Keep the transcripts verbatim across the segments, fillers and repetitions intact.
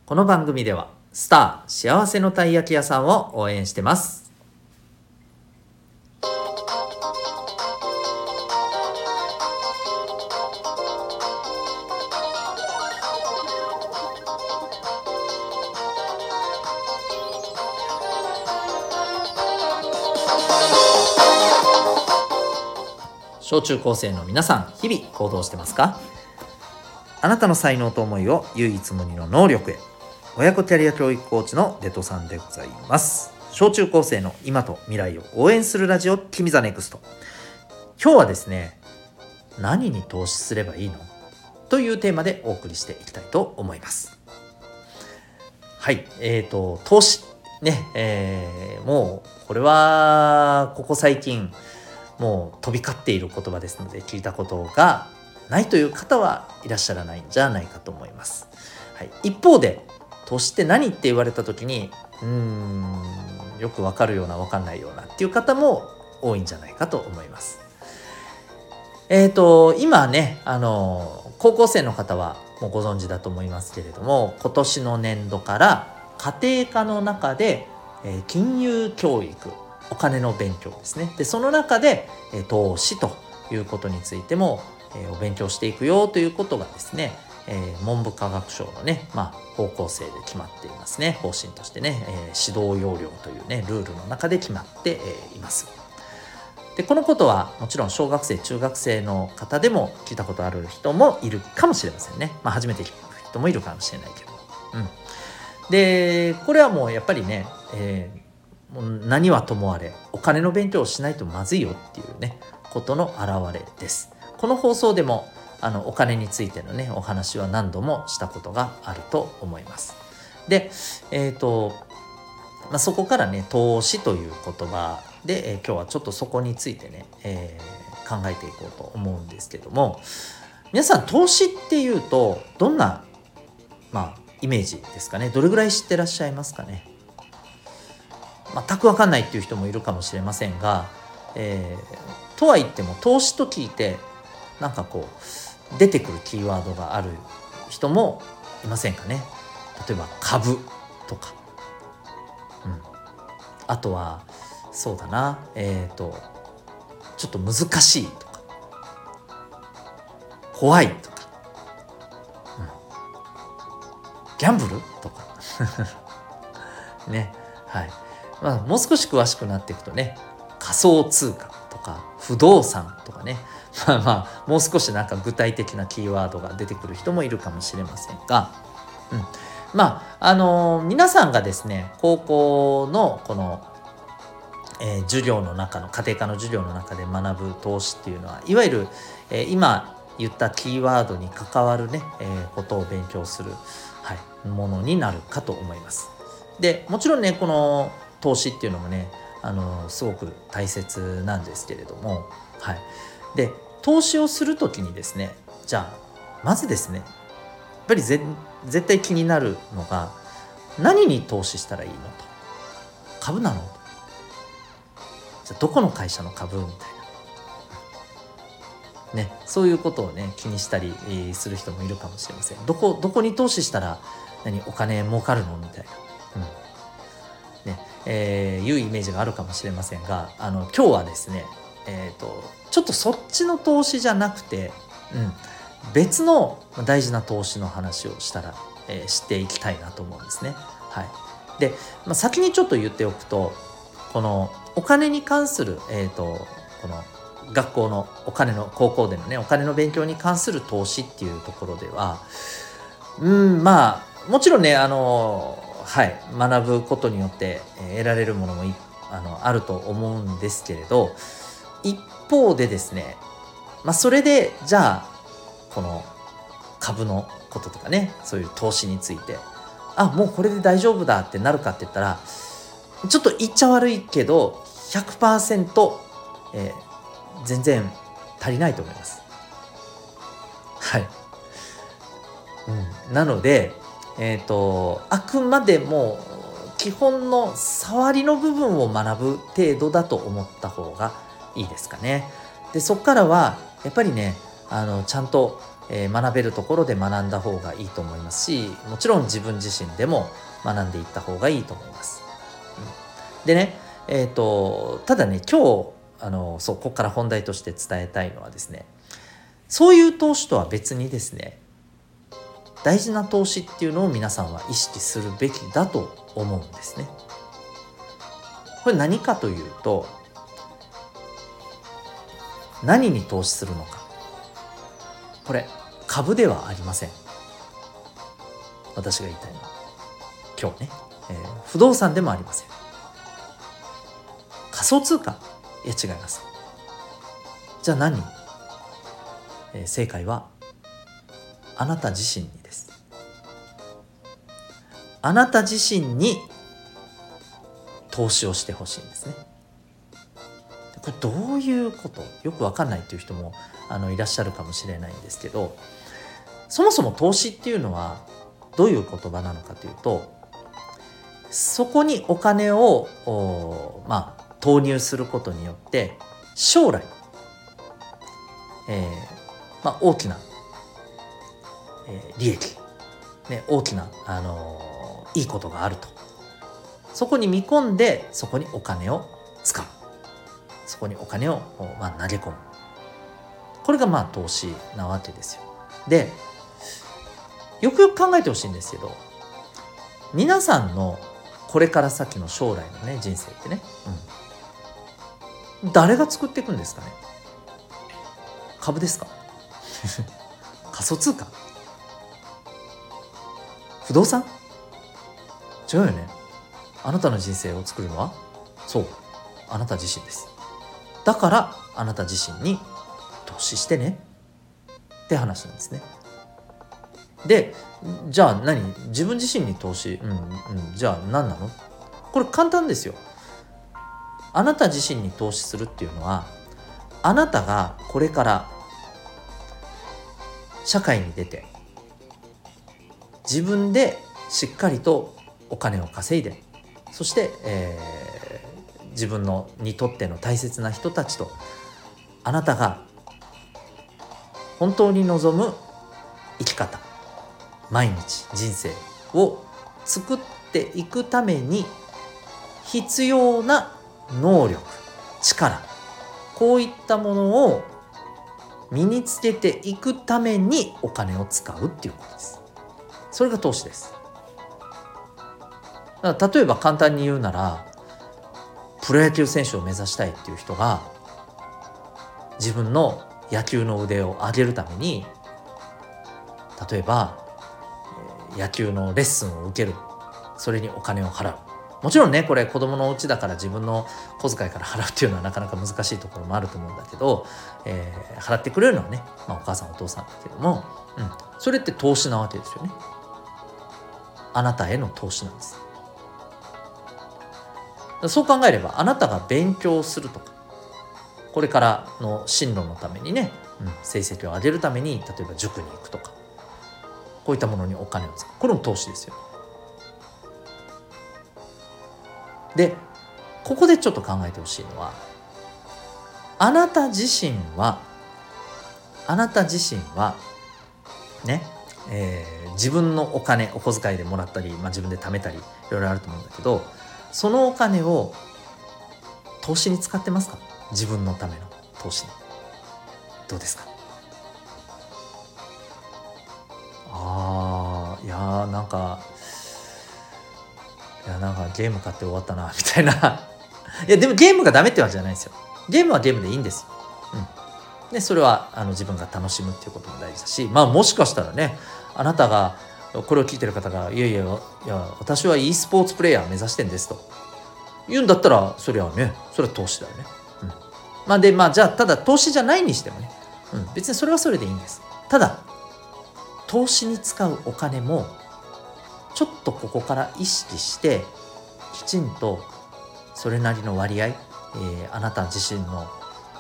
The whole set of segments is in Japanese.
この番組ではスター幸せのたい焼き屋さんを応援してます。小中高生の皆さん、日々行動してますか？あなたの才能と思いを唯一無二の能力へ。親子キャリア教育コーチのデトさんでございます。小中高生の今と未来を応援するラジオ、君ザネクスト。今日はですね、何に投資すればいいのというテーマでお送りしていきたいと思います。はい、えーと投資ね、えー、もうこれはここ最近もう飛び交っている言葉ですので、聞いたことがないという方はいらっしゃらないんじゃないかと思います。はい、一方で投資って何って言われた時にうーんよくわかるようなわかんないようなっていう方も多いんじゃないかと思います。えーと今ねあの高校生の方はもうご存知だと思いますけれども、今年の年度から家庭科の中で、えー、金融教育、お金の勉強ですね。でその中で、えー、投資ということについても、えー、お勉強していくよということがですね、えー、文部科学省のね、まあ、方向性で決まっていますね。方針としてね、えー、指導要領というねルールの中で決まって、えー、います。でこのことはもちろん小学生中学生の方でも聞いたことある人もいるかもしれませんね。まあ、初めて聞く人もいるかもしれないけど、うん、でこれはもうやっぱりね、えーもう何はともあれお金の勉強をしないとまずいよっていうねことの表れです。この放送でもあのお金についてのねお話は何度もしたことがあると思います。で、えーとまあ、そこからね投資という言葉で、えー、今日はちょっとそこについてね、えー、考えていこうと思うんですけども、皆さん投資っていうとどんな、まあ、イメージですかね。どれぐらい知ってらっしゃいますかね。全く分かんないっていう人もいるかもしれませんが、えー、とは言っても投資と聞いてなんかこう出てくるキーワードがある人もいませんかね。例えば株とか、うん、あとはそうだな、えーとちょっと難しいとか怖いとか、うん、ギャンブルとかね、はい。まあ、もう少し詳しくなっていくとね、仮想通貨とか不動産とかね、まあまあもう少しなんか具体的なキーワードが出てくる人もいるかもしれませんが、うん、まああのー、皆さんがですね高校のこの、えー、授業の中の家庭科の授業の中で学ぶ投資っていうのは、いわゆる、えー、今言ったキーワードに関わるね、えー、ことを勉強する、はい、ものになるかと思います。でもちろんねこの投資っていうのもねあのすごく大切なんですけれども、はい、で投資をするときにですね、じゃあまずですねやっぱりぜ絶対気になるのが、何に投資したらいいのと。株なの？じゃあどこの会社の株みたいな、ね、そういうことをね気にしたりする人もいるかもしれません。どこどこに投資したら何お金儲かるのみたいな、うんねえー、いうイメージがあるかもしれませんが、あの今日はですね、えーと、ちょっとそっちの投資じゃなくて、うん、別の大事な投資の話をしたら、えー、していきたいなと思うんですね。はい、で、まあ、先にちょっと言っておくと、このお金に関する、えーと、この学校のお金の高校でのねお金の勉強に関する投資っていうところでは、うんまあもちろんねあのはい、学ぶことによって得られるものもいあのあると思うんですけれど、一方でですね、まあ、それでじゃあこの株のこととかね、そういう投資についてあもうこれで大丈夫だってなるかって言ったら、ちょっと言っちゃ悪いけど ひゃくパーセント、えー、全然足りないと思います。はい、うん、なのでえーと、あくまでも基本の触りの部分を学ぶ程度だと思った方がいいですかね。でそこからはやっぱりねあのちゃんとえー、学べるところで学んだ方がいいと思いますし、もちろん自分自身でも学んでいった方がいいと思います。うん、でね、えーと、ただね、今日あのそうここから本題として伝えたいのはですね、そういう投資とは別にですね、大事な投資っていうのを皆さんは意識するべきだと思うんですね。これ何かというと、何に投資するのか。これ株ではありません。私が言いたいのは今日ね、えー、不動産でもありません。仮想通貨、いや違います。じゃあ何、えー、正解はあなた自身にです。あなた自身に投資をしてほしいんですね。これどういうこと、よく分かんないという人もあのいらっしゃるかもしれないんですけど、そもそも投資っていうのはどういう言葉なのかというと、そこにお金をまあ投入することによって将来、えーまあ、大きな、えー、利益、ね、大きな、あのー、いいことがあると、そこに見込んでそこにお金を使う、そこにお金を、まあ、投げ込む、これがまあ投資なわけですよ。で、よくよく考えてほしいんですけど、皆さんのこれから先の将来のね人生ってね、うん、誰が作っていくんですかね。株ですか仮想通貨、不動産、違うよね。あなたの人生を作るのは、そう、あなた自身です。だからあなた自身に投資してねって話なんですね。で、じゃあ何、自分自身に投資、うんうん、じゃあ何なの。これ簡単ですよ。あなた自身に投資するっていうのは、あなたがこれから社会に出て自分でしっかりとお金を稼いで、そして、えー、自分のにとっての大切な人たちと、あなたが本当に望む生き方、毎日人生を作っていくために必要な能力、力、こういったものを身につけていくためにお金を使うっていうことです。それが投資です。だから例えば簡単に言うなら、プロ野球選手を目指したいっていう人が自分の野球の腕を上げるために、例えば野球のレッスンを受ける、それにお金を払う。もちろんね、これ子供のお家だから自分の小遣いから払うっていうのはなかなか難しいところもあると思うんだけど、えー、払ってくれるのはね、まあ、お母さんお父さんだけども、うん、それって投資なわけですよね。あなたへの投資なんです。そう考えれば、あなたが勉強するとか、これからの進路のためにね、うん、成績を上げるために例えば塾に行くとか、こういったものにお金を使う、これも投資ですよ。で、ここでちょっと考えてほしいのは、あなた自身はあなた自身はね、えー、自分のお金、お小遣いでもらったり、まあ、自分で貯めたりいろいろあると思うんだけど、そのお金を投資に使ってますか？自分のための投資に。どうですか？あー、いやーなんかいやなんかゲーム買って終わったなみたいないやでもゲームがダメってわけじゃないですよ。ゲームはゲームでいいんです。うん、でそれはあの自分が楽しむっていうことも大事だし、まあもしかしたらね、あなたがこれを聞いてる方がいやいやいや私は e スポーツプレイヤー目指してんですと言うんだったら、それはね、それは投資だよね。うん、まあでまあじゃあただ投資じゃないにしてもね、うん、別にそれはそれでいいんです。ただ投資に使うお金もちょっとここから意識してきちんとそれなりの割合、えー、あなた自身の、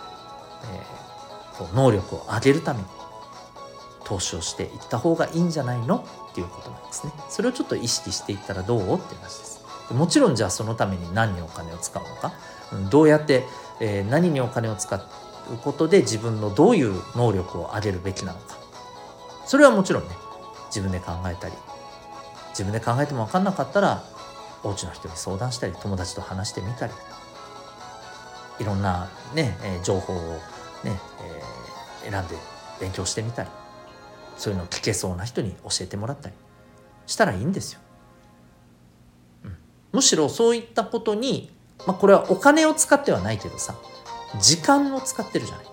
えー、能力を上げるために投資をしていった方がいいんじゃないのっていうことなんですね。それをちょっと意識していったらどうっていう話です。もちろんじゃあそのために何にお金を使うのか、どうやって、えー、何にお金を使うことで自分のどういう能力を上げるべきなのか、 それはもちろんね、自分で考えたり、自分で考えても分かんなかったらお家の人に相談したり、友達と話してみたり、いろんなね、えー情報をね、えー選んで勉強してみたり、そういうのを聞けそうな人に教えてもらったりしたらいいんですよ。うん、むしろそういったことに、まあ、これはお金を使ってはないけどさ、時間を使ってるじゃない。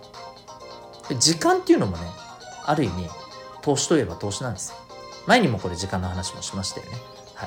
時間っていうのもね、ある意味投資といえば投資なんですよ。前にもこれ時間の話もしましたよね。はい。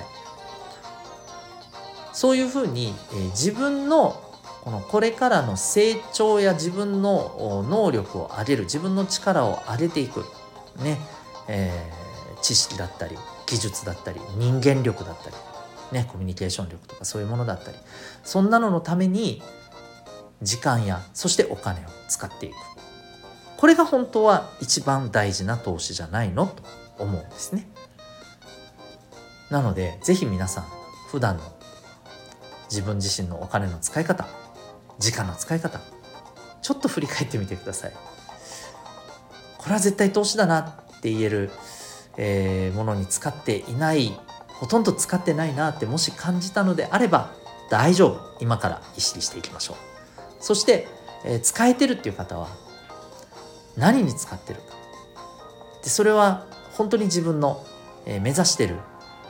そういうふうに、えー自分のこのこれからの成長や自分の能力を上げる、自分の力を上げていくね、えー知識だったり技術だったり人間力だったりね、コミュニケーション力とかそういうものだったり、そんなののために時間やそしてお金を使っていく。これが本当は一番大事な投資じゃないのと思うんですね。なのでぜひ皆さん、普段の自分自身のお金の使い方、時間の使い方、ちょっと振り返ってみてください。これは絶対投資だなって言える、えーものに使っていない、ほとんど使ってないなってもし感じたのであれば大丈夫。今から意識していきましょう。そして、えー使えてるっていう方は何に使ってるか。で、それは本当に自分の、えー目指してる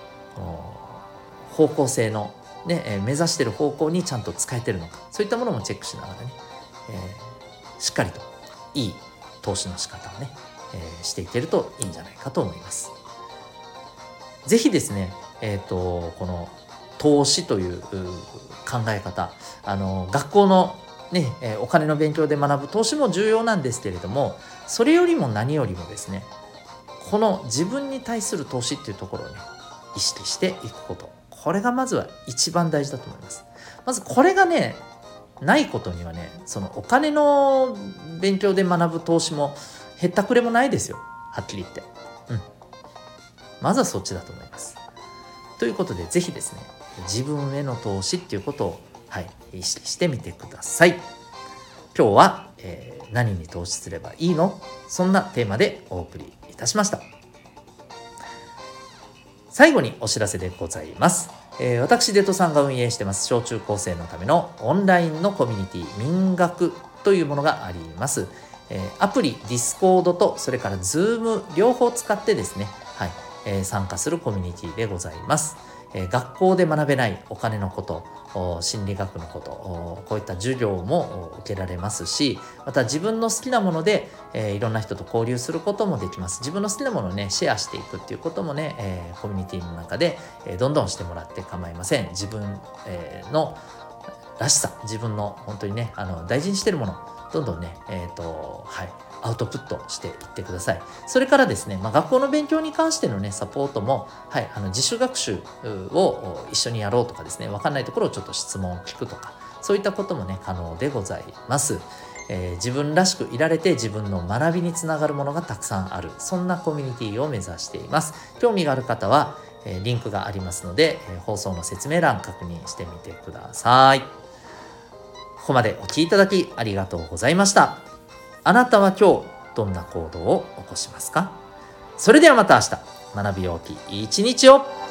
方向性の、ねえー目指してる方向にちゃんと使えてるのか、そういったものもチェックしながらね、えーしっかりといい投資の仕方をね、えーしていけるといいんじゃないかと思います。ぜひですね、えーとこの投資というう考え方、あの学校のね、えーお金の勉強で学ぶ投資も重要なんですけれども、それよりも何よりもですね、この自分に対する投資っていうところをね、意識していくこと、これがまずは一番大事だと思います。まずこれがね、ないことにはね、そのお金の勉強で学ぶ投資もへったくれもないですよ、はっきり言って。うん。まずはそっちだと思います。ということで、ぜひですね、自分への投資っていうことを、はい、意識してみてください。今日は、えー何に投資すればいいの？そんなテーマでお送りいたしました。最後にお知らせでございます。えー私デトさんが運営してます小中高生のためのオンラインのコミュニティ民学というものがあります。えーアプリ Discord とそれから Zoom 両方使ってですね、はい、えー参加するコミュニティでございます。えー学校で学べないお金のこと、お心理学のこと、おこういった授業もお受けられますし、また自分の好きなもので、えーいろんな人と交流することもできます。自分の好きなものをね、シェアしていくっていうこともね、えーコミュニティの中で、えーどんどんしてもらって構いません。自分、えーのらしさ、自分の本当にね、あの大事にしてるもの、どんどんね、えっと、はい、アウトプットしていってください。それからですね、まあ、学校の勉強に関してのね、サポートも、はい、あの自主学習を一緒にやろうとかですね、分かんないところをちょっと質問を聞くとか、そういったこともね、可能でございます。えー自分らしくいられて自分の学びにつながるものがたくさんある、そんなコミュニティを目指しています。興味がある方は、えーリンクがありますので、えー放送の説明欄確認してみてください。ここまでお聞きいただきありがとうございました。あなたは今日どんな行動を起こしますか？それではまた明日、学びようき一日を。